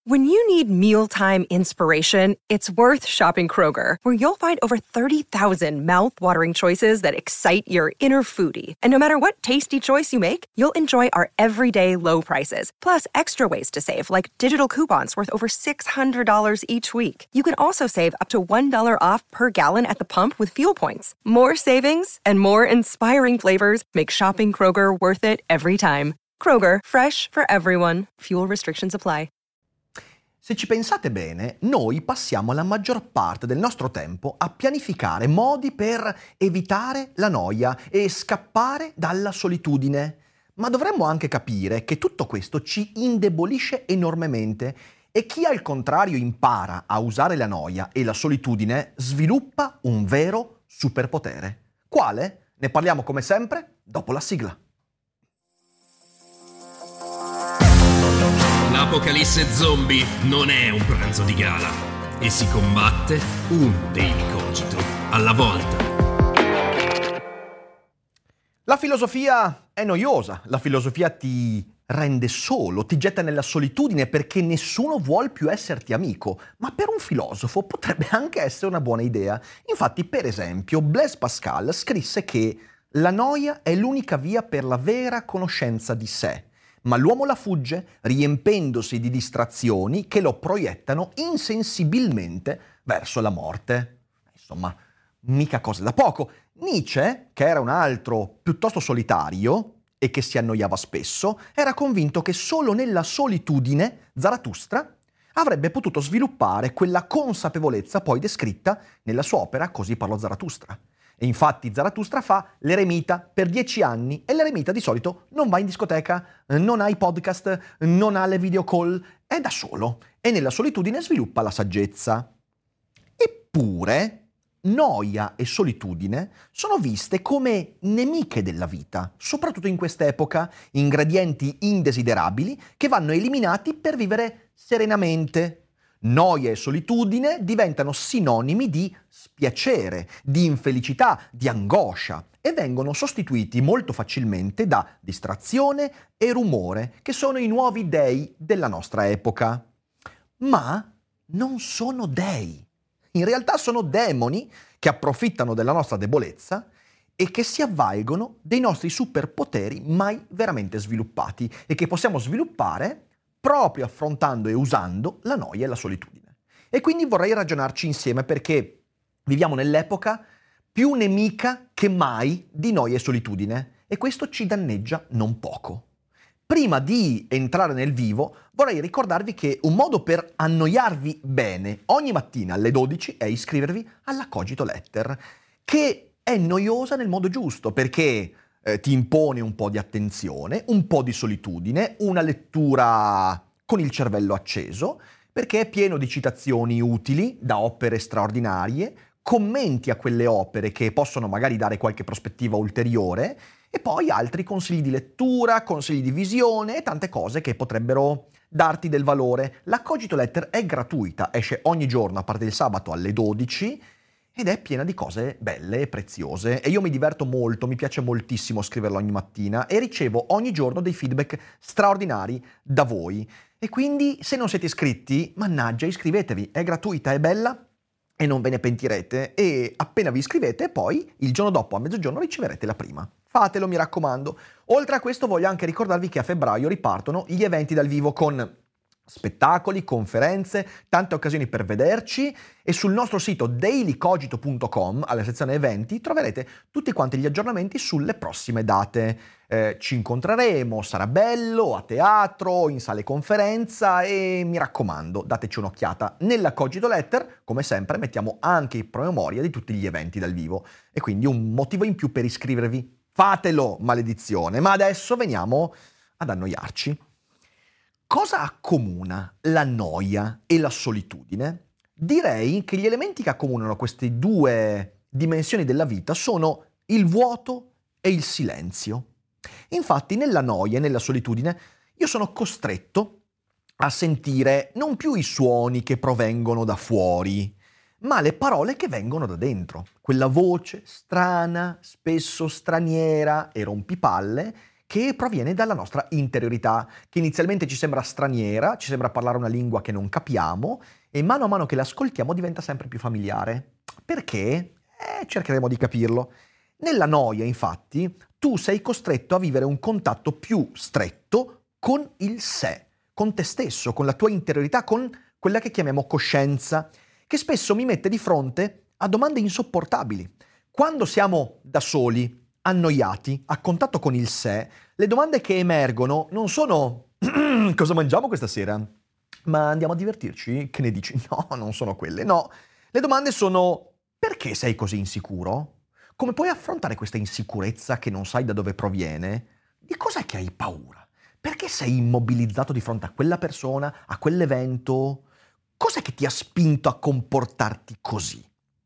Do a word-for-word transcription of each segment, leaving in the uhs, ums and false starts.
When you need mealtime inspiration, it's worth shopping Kroger, where you'll find over thirty thousand mouth-watering choices that excite your inner foodie. And no matter what tasty choice you make, you'll enjoy our everyday low prices, plus extra ways to save, like digital coupons worth over six hundred dollars each week. You can also save up to one dollar off per gallon at the pump with fuel points. More savings and more inspiring flavors make shopping Kroger worth it every time. Kroger, fresh for everyone. Fuel restrictions apply. Se ci pensate bene, noi passiamo la maggior parte del nostro tempo a pianificare modi per evitare la noia e scappare dalla solitudine. Ma dovremmo anche capire che tutto questo ci indebolisce enormemente e chi al contrario impara a usare la noia e la solitudine sviluppa un vero superpotere. Quale? Ne parliamo come sempre dopo la sigla. L'apocalisse zombie non è un pranzo di gala e si combatte un daily cogito alla volta. La filosofia è noiosa, la filosofia ti rende solo, ti getta nella solitudine perché nessuno vuol più esserti amico, ma per un filosofo potrebbe anche essere una buona idea. Infatti, per esempio, Blaise Pascal scrisse che la noia è l'unica via per la vera conoscenza di sé. Ma l'uomo la fugge riempendosi di distrazioni che lo proiettano insensibilmente verso la morte. Insomma, mica cose da poco. Nietzsche, che era un altro piuttosto solitario e che si annoiava spesso, era convinto che solo nella solitudine Zarathustra avrebbe potuto sviluppare quella consapevolezza poi descritta nella sua opera Così parlò Zarathustra. E infatti Zarathustra fa l'eremita per dieci anni e l'eremita di solito non va in discoteca, non ha i podcast, non ha le video call, è da solo e nella solitudine sviluppa la saggezza. Eppure noia e solitudine sono viste come nemiche della vita, soprattutto in quest'epoca, ingredienti indesiderabili che vanno eliminati per vivere serenamente. Noia e solitudine diventano sinonimi di spiacere, di infelicità, di angoscia e vengono sostituiti molto facilmente da distrazione e rumore, che sono i nuovi dei della nostra epoca. Ma non sono dei. In realtà sono demoni che approfittano della nostra debolezza e che si avvalgono dei nostri superpoteri mai veramente sviluppati e che possiamo sviluppare proprio affrontando e usando la noia e la solitudine. E quindi vorrei ragionarci insieme perché viviamo nell'epoca più nemica che mai di noia e solitudine e questo ci danneggia non poco. Prima di entrare nel vivo vorrei ricordarvi che un modo per annoiarvi bene ogni mattina alle dodici è iscrivervi alla Cogito Letter, che è noiosa nel modo giusto perché Eh, ti impone un po' di attenzione, un po' di solitudine, una lettura con il cervello acceso, perché è pieno di citazioni utili da opere straordinarie, commenti a quelle opere che possono magari dare qualche prospettiva ulteriore, e poi altri consigli di lettura, consigli di visione e tante cose che potrebbero darti del valore. La Cogito Letter è gratuita, esce ogni giorno a parte il sabato alle dodici, ed è piena di cose belle e preziose e io mi diverto molto, mi piace moltissimo scriverlo ogni mattina e ricevo ogni giorno dei feedback straordinari da voi. E quindi se non siete iscritti, mannaggia, iscrivetevi, è gratuita, è bella e non ve ne pentirete e appena vi iscrivete poi il giorno dopo a mezzogiorno riceverete la prima. Fatelo, mi raccomando. Oltre a questo voglio anche ricordarvi che a febbraio ripartono gli eventi dal vivo con spettacoli, conferenze, tante occasioni per vederci e sul nostro sito daily cogito punto com, alla sezione eventi, troverete tutti quanti gli aggiornamenti sulle prossime date. Eh, ci incontreremo, sarà bello, a teatro, in sale conferenza e mi raccomando, dateci un'occhiata. Nella Cogito Letter, come sempre, mettiamo anche i promemoria di tutti gli eventi dal vivo e quindi un motivo in più per iscrivervi. Fatelo, maledizione! Ma adesso veniamo ad annoiarci. Cosa accomuna la noia e la solitudine? Direi che gli elementi che accomunano queste due dimensioni della vita sono il vuoto e il silenzio. Infatti, nella noia e nella solitudine io sono costretto a sentire non più i suoni che provengono da fuori, ma le parole che vengono da dentro. Quella voce strana, spesso straniera e rompipalle, che proviene dalla nostra interiorità, che inizialmente ci sembra straniera, ci sembra parlare una lingua che non capiamo e mano a mano che l'ascoltiamo diventa sempre più familiare. Perché? Eh, cercheremo di capirlo. Nella noia, infatti, tu sei costretto a vivere un contatto più stretto con il sé, con te stesso, con la tua interiorità, con quella che chiamiamo coscienza, che spesso mi mette di fronte a domande insopportabili. Quando siamo da soli, annoiati, a contatto con il sé, le domande che emergono non sono cosa mangiamo questa sera? Ma andiamo a divertirci? Che ne dici? No, non sono quelle, no. Le domande sono perché sei così insicuro? Come puoi affrontare questa insicurezza che non sai da dove proviene? Di cos'è che hai paura? Perché sei immobilizzato di fronte a quella persona, a quell'evento? Cos'è che ti ha spinto a comportarti così?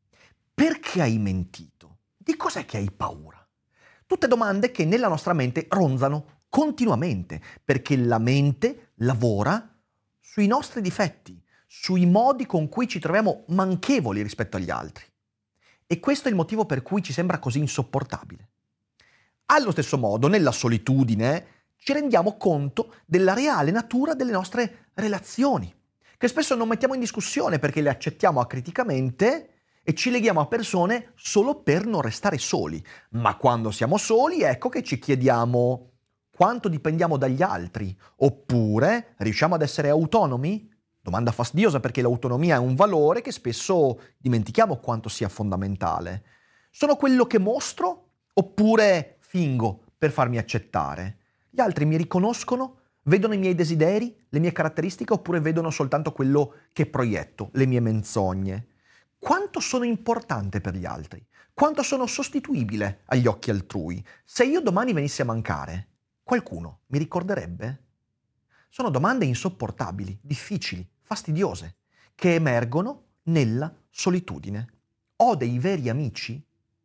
Perché hai mentito? Di cos'è che hai paura? Tutte domande che nella nostra mente ronzano continuamente, perché la mente lavora sui nostri difetti, sui modi con cui ci troviamo manchevoli rispetto agli altri. E questo è il motivo per cui ci sembra così insopportabile. Allo stesso modo, nella solitudine, ci rendiamo conto della reale natura delle nostre relazioni, che spesso non mettiamo in discussione perché le accettiamo acriticamente e ci leghiamo a persone solo per non restare soli. Ma quando siamo soli, ecco che ci chiediamo quanto dipendiamo dagli altri, oppure riusciamo ad essere autonomi? Domanda fastidiosa perché l'autonomia è un valore che spesso dimentichiamo quanto sia fondamentale. Sono quello che mostro oppure fingo per farmi accettare? Gli altri mi riconoscono? Vedono i miei desideri, le mie caratteristiche oppure vedono soltanto quello che proietto, le mie menzogne? Quanto sono importante per gli altri? Quanto sono sostituibile agli occhi altrui? Se io domani venissi a mancare, qualcuno mi ricorderebbe? Sono domande insopportabili, difficili, fastidiose, che emergono nella solitudine. Ho dei veri amici?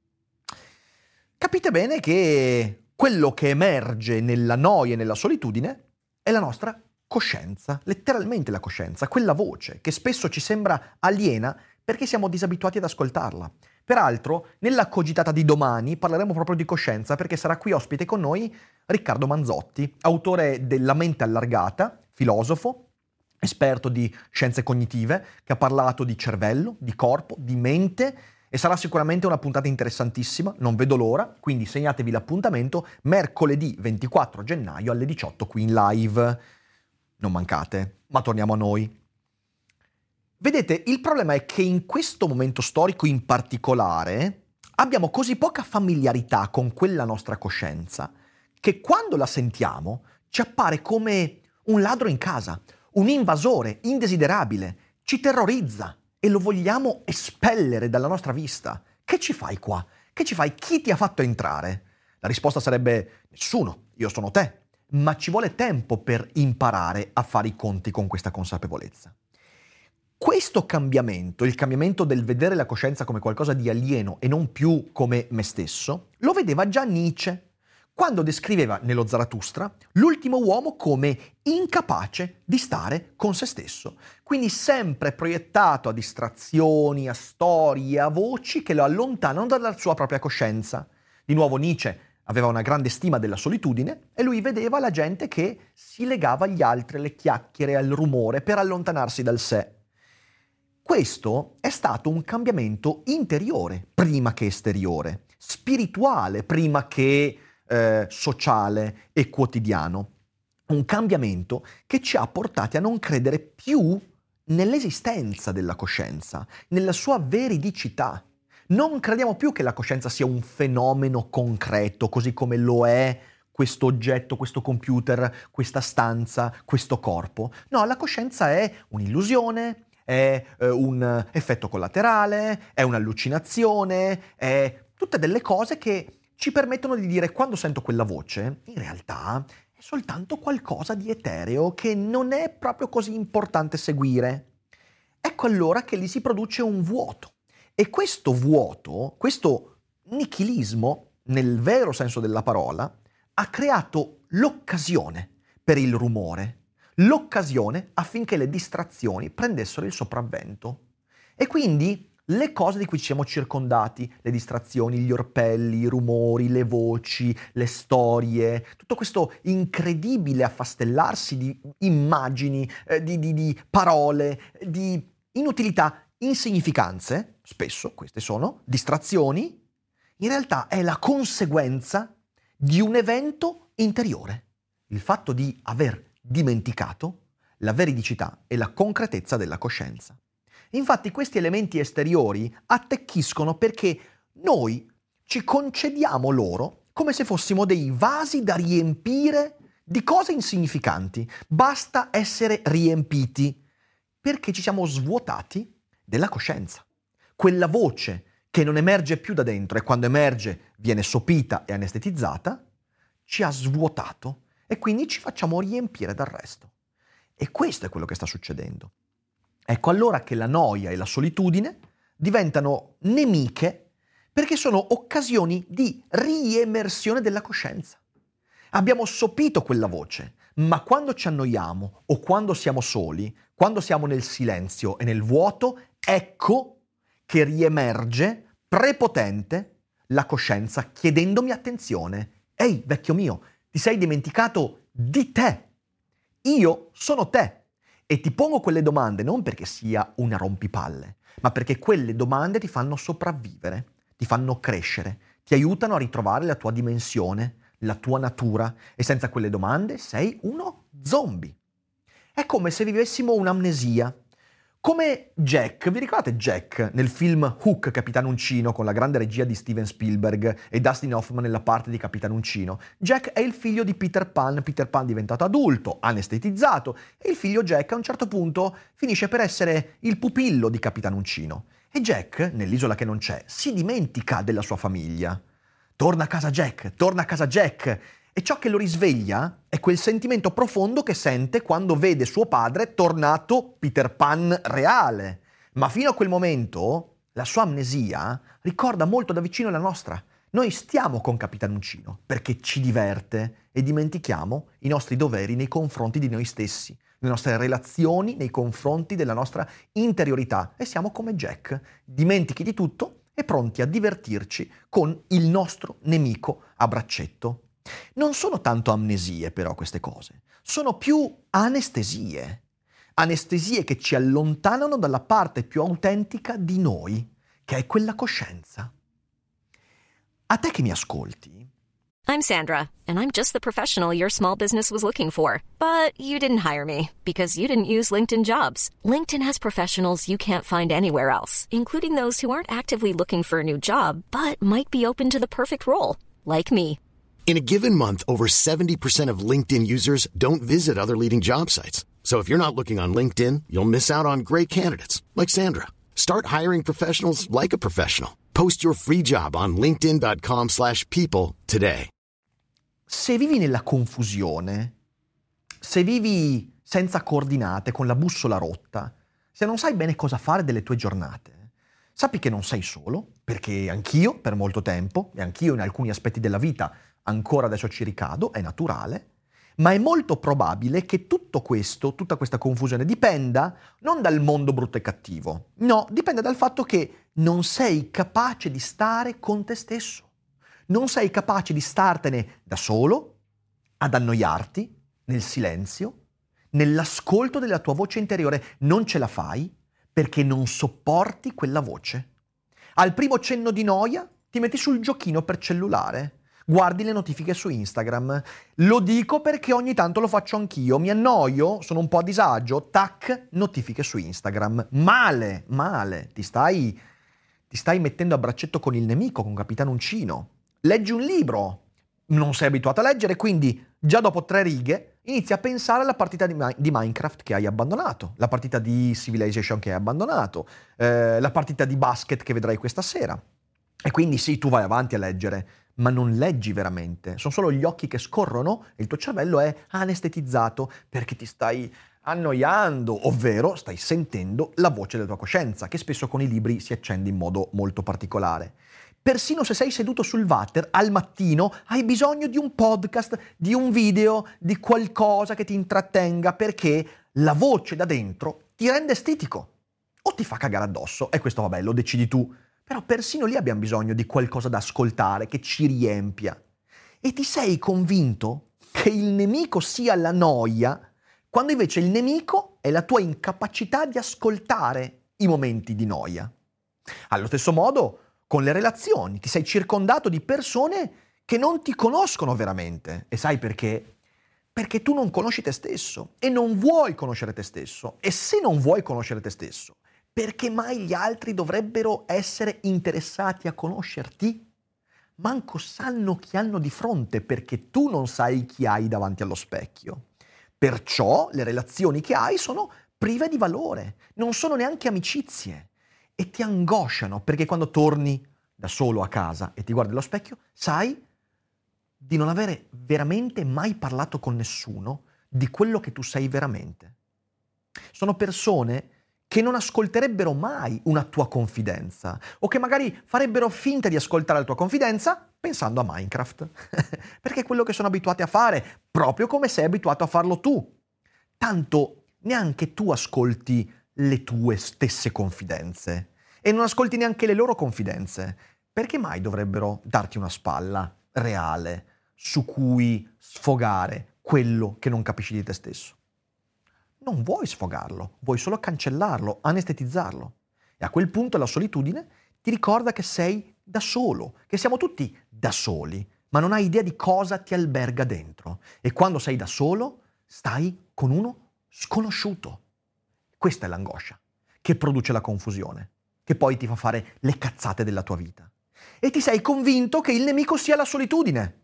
Capite bene che quello che emerge nella noia e nella solitudine è la nostra coscienza, letteralmente la coscienza, quella voce che spesso ci sembra aliena perché siamo disabituati ad ascoltarla. Peraltro, nella cogitata di domani parleremo proprio di coscienza perché sarà qui ospite con noi Riccardo Manzotti, autore della Mente allargata, filosofo, esperto di scienze cognitive, che ha parlato di cervello, di corpo, di mente e sarà sicuramente una puntata interessantissima, non vedo l'ora, quindi segnatevi l'appuntamento mercoledì ventiquattro gennaio alle diciotto qui in live. Non mancate, ma torniamo a noi. Vedete, il problema è che in questo momento storico in particolare abbiamo così poca familiarità con quella nostra coscienza che quando la sentiamo ci appare come un ladro in casa, un invasore indesiderabile, ci terrorizza e lo vogliamo espellere dalla nostra vista. Che ci fai qua? Che ci fai? Chi ti ha fatto entrare? La risposta sarebbe nessuno, io sono te, ma ci vuole tempo per imparare a fare i conti con questa consapevolezza. Questo cambiamento, il cambiamento del vedere la coscienza come qualcosa di alieno e non più come me stesso, lo vedeva già Nietzsche, quando descriveva nello Zarathustra l'ultimo uomo come incapace di stare con se stesso, quindi sempre proiettato a distrazioni, a storie, a voci che lo allontanano dalla sua propria coscienza. Di nuovo Nietzsche aveva una grande stima della solitudine e lui vedeva la gente che si legava agli altri, alle chiacchiere, al rumore per allontanarsi dal sé. Questo è stato un cambiamento interiore prima che esteriore, spirituale prima che eh, sociale e quotidiano. Un cambiamento che ci ha portati a non credere più nell'esistenza della coscienza, nella sua veridicità. Non crediamo più che la coscienza sia un fenomeno concreto, così come lo è questo oggetto, questo computer, questa stanza, questo corpo. No, la coscienza è un'illusione, è eh, un effetto collaterale, è un'allucinazione, è tutte delle cose che ci permettono di dire quando sento quella voce, in realtà è soltanto qualcosa di etereo che non è proprio così importante seguire. Ecco allora che lì si produce un vuoto. E questo vuoto, questo nichilismo, nel vero senso della parola, ha creato l'occasione per il rumore, l'occasione affinché le distrazioni prendessero il sopravvento. E quindi le cose di cui ci siamo circondati, le distrazioni, gli orpelli, i rumori, le voci, le storie, tutto questo incredibile affastellarsi di immagini, eh, di, di, di parole, di inutilità, insignificanze, spesso queste sono, distrazioni, in realtà è la conseguenza di un evento interiore, il fatto di aver dimenticato la veridicità e la concretezza della coscienza. Infatti questi elementi esteriori attecchiscono perché noi ci concediamo loro come se fossimo dei vasi da riempire di cose insignificanti. Basta essere riempiti perché ci siamo svuotati della coscienza. Quella voce che non emerge più da dentro e quando emerge viene sopita e anestetizzata, ci ha svuotato e quindi ci facciamo riempire dal resto. E questo è quello che sta succedendo. Ecco allora che la noia e la solitudine diventano nemiche perché sono occasioni di riemersione della coscienza. Abbiamo sopito quella voce, ma quando ci annoiamo o quando siamo soli, quando siamo nel silenzio e nel vuoto, ecco che riemerge prepotente la coscienza chiedendomi attenzione. Ehi, vecchio mio, ti sei dimenticato di te. Io sono te. E ti pongo quelle domande non perché sia una rompipalle, ma perché quelle domande ti fanno sopravvivere, ti fanno crescere, ti aiutano a ritrovare la tua dimensione, la tua natura, e senza quelle domande sei uno zombie. È come se vivessimo un'amnesia. Come Jack, vi ricordate Jack nel film Hook, Capitano Uncino, con la grande regia di Steven Spielberg e Dustin Hoffman nella parte di Capitano Uncino? Jack è il figlio di Peter Pan, Peter Pan diventato adulto, anestetizzato, e il figlio Jack a un certo punto finisce per essere il pupillo di Capitano Uncino. E Jack, nell'isola che non c'è, si dimentica della sua famiglia. Torna a casa Jack, torna a casa Jack. E ciò che lo risveglia è quel sentimento profondo che sente quando vede suo padre tornato Peter Pan reale. Ma fino a quel momento la sua amnesia ricorda molto da vicino la nostra. Noi stiamo con Capitano Uncino perché ci diverte e dimentichiamo i nostri doveri nei confronti di noi stessi, le nostre relazioni nei confronti della nostra interiorità. E siamo come Jack, dimentichi di tutto e pronti a divertirci con il nostro nemico a braccetto. Non sono tanto amnesie però queste cose, sono più anestesie. Anestesie che ci allontanano dalla parte più autentica di noi, che è quella coscienza. A te che mi ascolti. I'm Sandra, and I'm just the professional your small business was looking for. But you didn't hire me because you didn't use LinkedIn Jobs. LinkedIn has professionals you can't find anywhere else, including those who aren't actively looking for a new job, but might be open to the perfect role, like me. In a given month, over seventy percent of LinkedIn users don't visit other leading job sites. So if you're not looking on LinkedIn, you'll miss out on great candidates like Sandra. Start hiring professionals like a professional. Post your free job on linkedin dot com slash people today. Se vivi nella confusione, se vivi senza coordinate, con la bussola rotta, se non sai bene cosa fare delle tue giornate, sappi che non sei solo, perché anch'io per molto tempo, e anch'io in alcuni aspetti della vita ancora adesso ci ricado, è naturale, ma è molto probabile che tutto questo, tutta questa confusione dipenda non dal mondo brutto e cattivo, no, dipende dal fatto che non sei capace di stare con te stesso, non sei capace di startene da solo, ad annoiarti, nel silenzio, nell'ascolto della tua voce interiore, non ce la fai perché non sopporti quella voce. Al primo cenno di noia ti metti sul giochino per cellulare, guardi le notifiche su Instagram. Lo dico perché ogni tanto lo faccio anch'io. Mi annoio, sono un po' a disagio, tac, notifiche su Instagram. Male, male. Ti stai, ti stai mettendo a braccetto con il nemico, con Capitano Uncino. Leggi un libro, non sei abituato a leggere, quindi già dopo tre righe inizi a pensare alla partita di, di Minecraft che hai abbandonato, la partita di Civilization che hai abbandonato, eh, la partita di basket che vedrai questa sera. E quindi sì, tu vai avanti a leggere, ma non leggi veramente, sono solo gli occhi che scorrono e il tuo cervello è anestetizzato perché ti stai annoiando, ovvero stai sentendo la voce della tua coscienza, che spesso con i libri si accende in modo molto particolare. Persino se sei seduto sul water al mattino hai bisogno di un podcast, di un video, di qualcosa che ti intrattenga perché la voce da dentro ti rende estetico. O o ti fa cagare addosso, e questo vabbè, lo decidi tu. Però persino lì abbiamo bisogno di qualcosa da ascoltare, che ci riempia. E ti sei convinto che il nemico sia la noia, quando invece il nemico è la tua incapacità di ascoltare i momenti di noia. Allo stesso modo, con le relazioni, ti sei circondato di persone che non ti conoscono veramente. E sai perché? Perché tu non conosci te stesso e non vuoi conoscere te stesso. E se non vuoi conoscere te stesso, perché mai gli altri dovrebbero essere interessati a conoscerti? Manco sanno chi hanno di fronte, perché tu non sai chi hai davanti allo specchio. Perciò le relazioni che hai sono prive di valore, non sono neanche amicizie e ti angosciano, perché quando torni da solo a casa e ti guardi allo specchio, sai di non avere veramente mai parlato con nessuno di quello che tu sei veramente. Sono persone che non ascolterebbero mai una tua confidenza o che magari farebbero finta di ascoltare la tua confidenza pensando a Minecraft, perché è quello che sono abituati a fare, proprio come sei abituato a farlo tu. Tanto neanche tu ascolti le tue stesse confidenze e non ascolti neanche le loro confidenze. Perché mai dovrebbero darti una spalla reale su cui sfogare quello che non capisci di te stesso? Non vuoi sfogarlo, vuoi solo cancellarlo, anestetizzarlo. E a quel punto la solitudine ti ricorda che sei da solo, che siamo tutti da soli, ma non hai idea di cosa ti alberga dentro. E quando sei da solo, stai con uno sconosciuto. Questa è l'angoscia che produce la confusione, che poi ti fa fare le cazzate della tua vita. E ti sei convinto che il nemico sia la solitudine,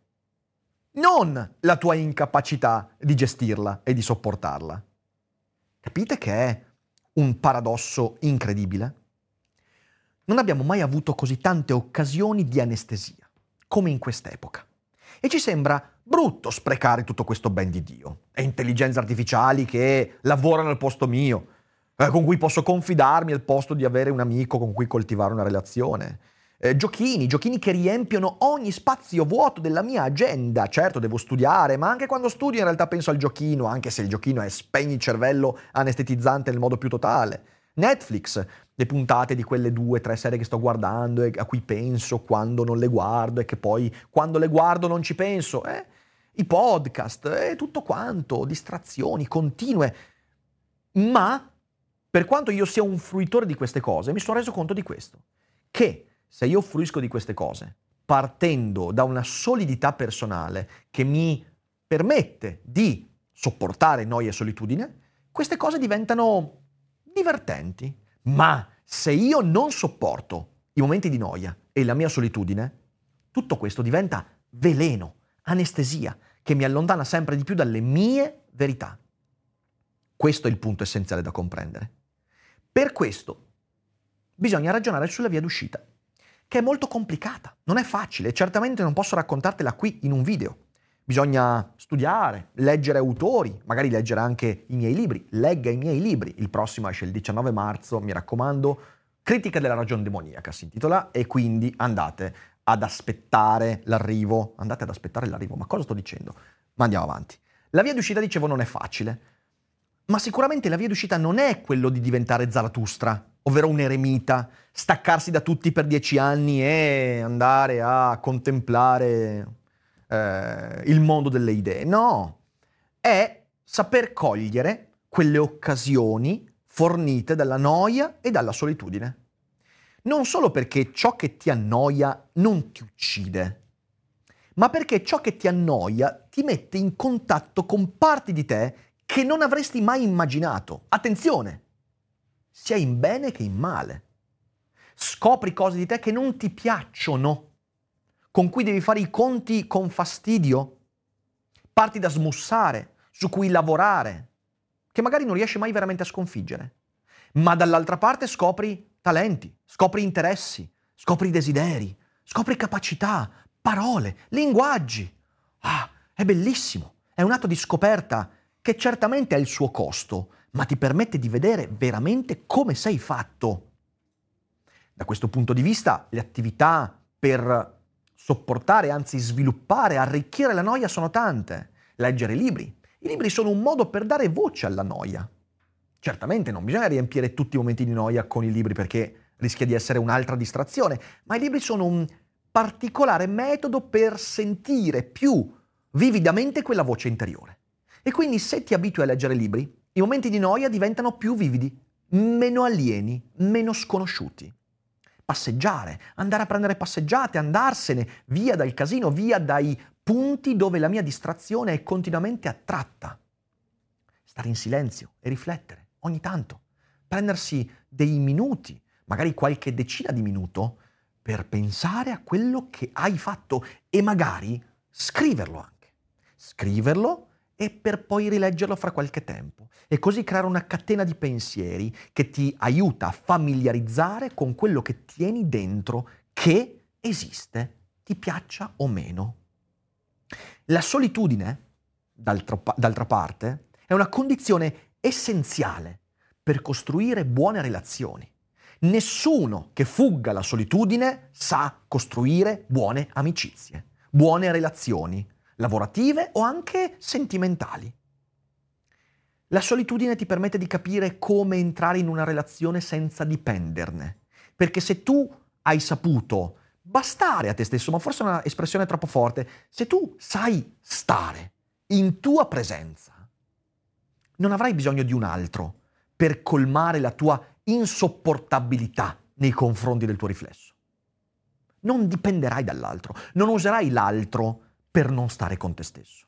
non la tua incapacità di gestirla e di sopportarla. Capite che è un paradosso incredibile? Non abbiamo mai avuto così tante occasioni di anestesia come in quest'epoca. E ci sembra brutto sprecare tutto questo ben di Dio. E intelligenze artificiali che lavorano al posto mio, eh, con cui posso confidarmi al posto di avere un amico con cui coltivare una relazione. Eh, giochini, giochini che riempiono ogni spazio vuoto della mia agenda. Certo, devo studiare, ma anche quando studio in realtà penso al giochino, anche se il giochino è spegni il cervello anestetizzante nel modo più totale. Netflix, le puntate di quelle due, tre serie che sto guardando e a cui penso quando non le guardo e che poi quando le guardo non ci penso. Eh? I podcast e eh, tutto quanto, distrazioni continue. Ma, per quanto io sia un fruitore di queste cose, mi sono reso conto di questo, che se io fruisco di queste cose, partendo da una solidità personale che mi permette di sopportare noia e solitudine, queste cose diventano divertenti. Ma se io non sopporto i momenti di noia e la mia solitudine, tutto questo diventa veleno, anestesia, che mi allontana sempre di più dalle mie verità. Questo è il punto essenziale da comprendere. Per questo bisogna ragionare sulla via d'uscita, che è molto complicata, non è facile, certamente non posso raccontartela qui in un video. Bisogna studiare, leggere autori, magari leggere anche i miei libri. Legga i miei libri. Il prossimo esce il diciannove marzo, mi raccomando. Critica della ragione demoniaca si intitola, e quindi andate ad aspettare l'arrivo. Andate ad aspettare l'arrivo, ma cosa sto dicendo? Ma andiamo avanti. La via d'uscita, dicevo, non è facile. Ma sicuramente la via d'uscita non è quello di diventare Zarathustra, ovvero un eremita, staccarsi da tutti per dieci anni e andare a contemplare eh, il mondo delle idee. No, è saper cogliere quelle occasioni fornite dalla noia e dalla solitudine. Non solo perché ciò che ti annoia non ti uccide, ma perché ciò che ti annoia ti mette in contatto con parti di te che non avresti mai immaginato. Attenzione, sia in bene che in male. Scopri cose di te che non ti piacciono, con cui devi fare i conti con fastidio, parti da smussare, su cui lavorare, che magari non riesci mai veramente a sconfiggere. Ma dall'altra parte scopri talenti, scopri interessi, scopri desideri, scopri capacità, parole, linguaggi. Ah, è bellissimo, è un atto di scoperta che certamente ha il suo costo, ma ti permette di vedere veramente come sei fatto. Da questo punto di vista, le attività per sopportare, anzi sviluppare, arricchire la noia sono tante. Leggere libri. I libri sono un modo per dare voce alla noia. Certamente non bisogna riempire tutti i momenti di noia con i libri perché rischia di essere un'altra distrazione, ma i libri sono un particolare metodo per sentire più vividamente quella voce interiore. E quindi se ti abitui a leggere libri, i momenti di noia diventano più vividi, meno alieni, meno sconosciuti. Passeggiare, andare a prendere passeggiate, andarsene via dal casino, via dai punti dove la mia distrazione è continuamente attratta. Stare in silenzio e riflettere ogni tanto, prendersi dei minuti, magari qualche decina di minuto, per pensare a quello che hai fatto e magari scriverlo anche. Scriverlo e per poi rileggerlo fra qualche tempo e così creare una catena di pensieri che ti aiuta a familiarizzare con quello che tieni dentro che esiste, ti piaccia o meno. La solitudine, d'altro, d'altra parte, è una condizione essenziale per costruire buone relazioni. Nessuno che fugga la solitudine sa costruire buone amicizie, buone relazioni, lavorative o anche sentimentali. La solitudine ti permette di capire come entrare in una relazione senza dipenderne, perché se tu hai saputo bastare a te stesso, ma forse è un'espressione troppo forte, se tu sai stare in tua presenza, non avrai bisogno di un altro per colmare la tua insopportabilità nei confronti del tuo riflesso. Non dipenderai dall'altro, non userai l'altro per non stare con te stesso.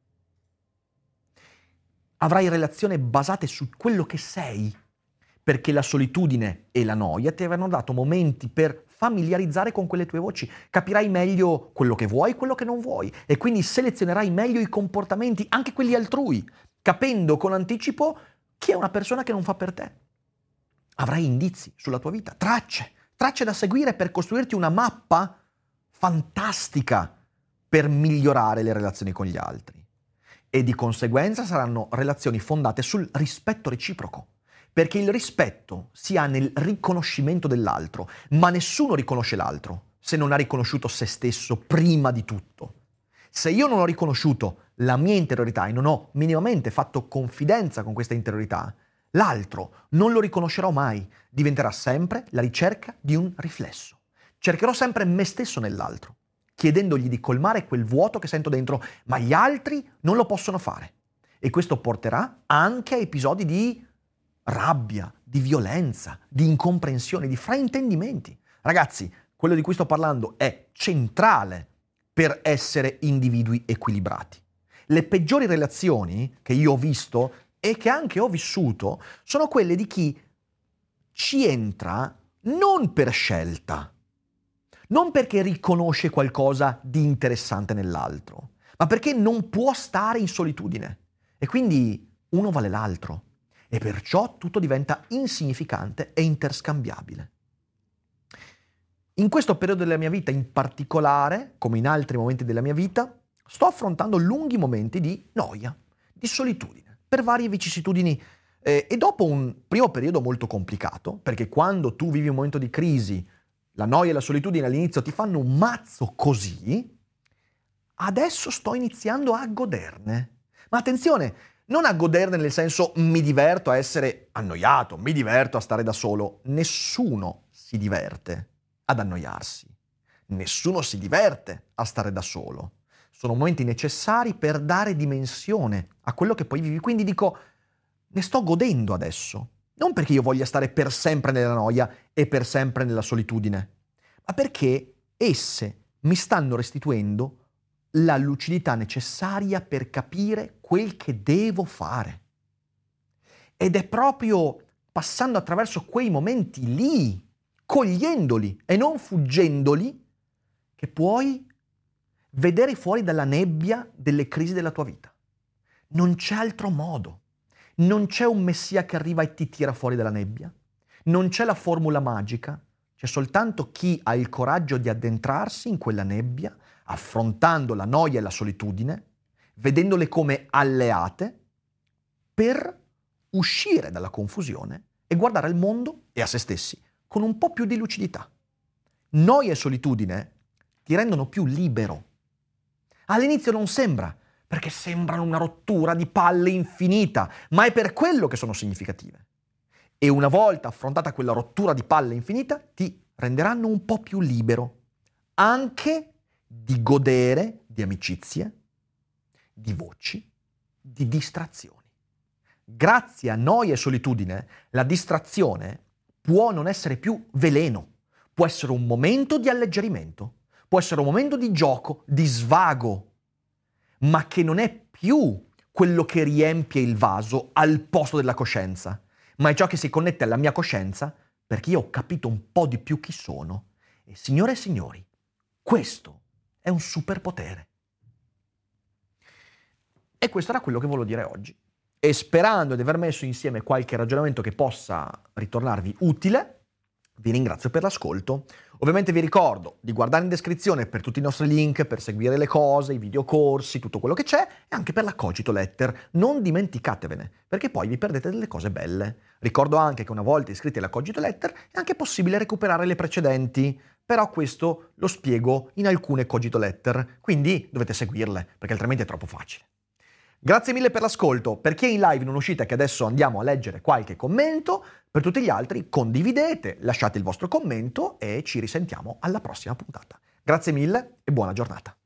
Avrai relazioni basate su quello che sei, perché la solitudine e la noia ti avranno dato momenti per familiarizzare con quelle tue voci. Capirai meglio quello che vuoi e quello che non vuoi e quindi selezionerai meglio i comportamenti, anche quelli altrui, capendo con anticipo chi è una persona che non fa per te. Avrai indizi sulla tua vita, tracce, tracce da seguire per costruirti una mappa fantastica per migliorare le relazioni con gli altri. E di conseguenza saranno relazioni fondate sul rispetto reciproco, perché il rispetto si ha nel riconoscimento dell'altro, ma nessuno riconosce l'altro se non ha riconosciuto se stesso prima di tutto. Se io non ho riconosciuto la mia interiorità e non ho minimamente fatto confidenza con questa interiorità, l'altro non lo riconoscerò mai, diventerà sempre la ricerca di un riflesso. Cercherò sempre me stesso nell'altro, chiedendogli di colmare quel vuoto che sento dentro, ma gli altri non lo possono fare. E questo porterà anche a episodi di rabbia, di violenza, di incomprensione, di fraintendimenti. Ragazzi, quello di cui sto parlando è centrale per essere individui equilibrati. Le peggiori relazioni che io ho visto e che anche ho vissuto sono quelle di chi ci entra non per scelta, non perché riconosce qualcosa di interessante nell'altro, ma perché non può stare in solitudine. E quindi uno vale l'altro. E perciò tutto diventa insignificante e interscambiabile. In questo periodo della mia vita in particolare, come in altri momenti della mia vita, sto affrontando lunghi momenti di noia, di solitudine, per varie vicissitudini eh, e dopo un primo periodo molto complicato, perché quando tu vivi un momento di crisi, la noia e la solitudine all'inizio ti fanno un mazzo così, adesso sto iniziando a goderne. Ma attenzione, non a goderne nel senso mi diverto a essere annoiato, mi diverto a stare da solo. Nessuno si diverte ad annoiarsi. Nessuno si diverte a stare da solo. Sono momenti necessari per dare dimensione a quello che poi vivi. Quindi dico, ne sto godendo adesso. Non perché io voglia stare per sempre nella noia e per sempre nella solitudine, ma perché esse mi stanno restituendo la lucidità necessaria per capire quel che devo fare. Ed è proprio passando attraverso quei momenti lì, cogliendoli e non fuggendoli, che puoi vedere fuori dalla nebbia delle crisi della tua vita. Non c'è altro modo. Non c'è un messia che arriva e ti tira fuori dalla nebbia. Non c'è la formula magica. C'è soltanto chi ha il coraggio di addentrarsi in quella nebbia, affrontando la noia e la solitudine, vedendole come alleate, per uscire dalla confusione e guardare al mondo e a se stessi con un po' più di lucidità. Noia e solitudine ti rendono più libero. All'inizio non sembra, perché sembrano una rottura di palle infinita, ma è per quello che sono significative. E una volta affrontata quella rottura di palle infinita, ti renderanno un po' più libero, anche di godere di amicizie, di voci, di distrazioni. Grazie a noia e solitudine, la distrazione può non essere più veleno, può essere un momento di alleggerimento, può essere un momento di gioco, di svago, ma che non è più quello che riempie il vaso al posto della coscienza, ma è ciò che si connette alla mia coscienza perché io ho capito un po' di più chi sono. E signore e signori, questo è un superpotere. E questo era quello che volevo dire oggi. E sperando di aver messo insieme qualche ragionamento che possa ritornarvi utile, vi ringrazio per l'ascolto. Ovviamente vi ricordo di guardare in descrizione per tutti i nostri link, per seguire le cose, i videocorsi, tutto quello che c'è, e anche per la Cogito Letter. Non dimenticatevene, perché poi vi perdete delle cose belle. Ricordo anche che una volta iscritti alla Cogito Letter è anche possibile recuperare le precedenti, però questo lo spiego in alcune Cogito Letter, quindi dovete seguirle, perché altrimenti è troppo facile. Grazie mille per l'ascolto. Per chi è in live non uscite, che adesso andiamo a leggere qualche commento. Per tutti gli altri condividete, lasciate il vostro commento e ci risentiamo alla prossima puntata. Grazie mille e buona giornata.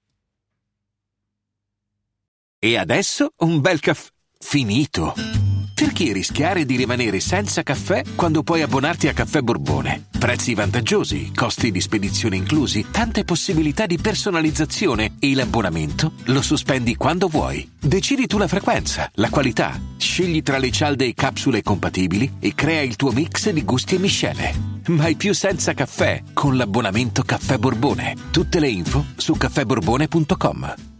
E adesso un bel caffè finito. Perché rischiare di rimanere senza caffè quando puoi abbonarti a Caffè Borbone? Prezzi vantaggiosi, costi di spedizione inclusi, tante possibilità di personalizzazione e l'abbonamento lo sospendi quando vuoi. Decidi tu la frequenza, la qualità, scegli tra le cialde e capsule compatibili e crea il tuo mix di gusti e miscele. Mai più senza caffè con l'abbonamento Caffè Borbone. Tutte le info su caffè borbone punto com.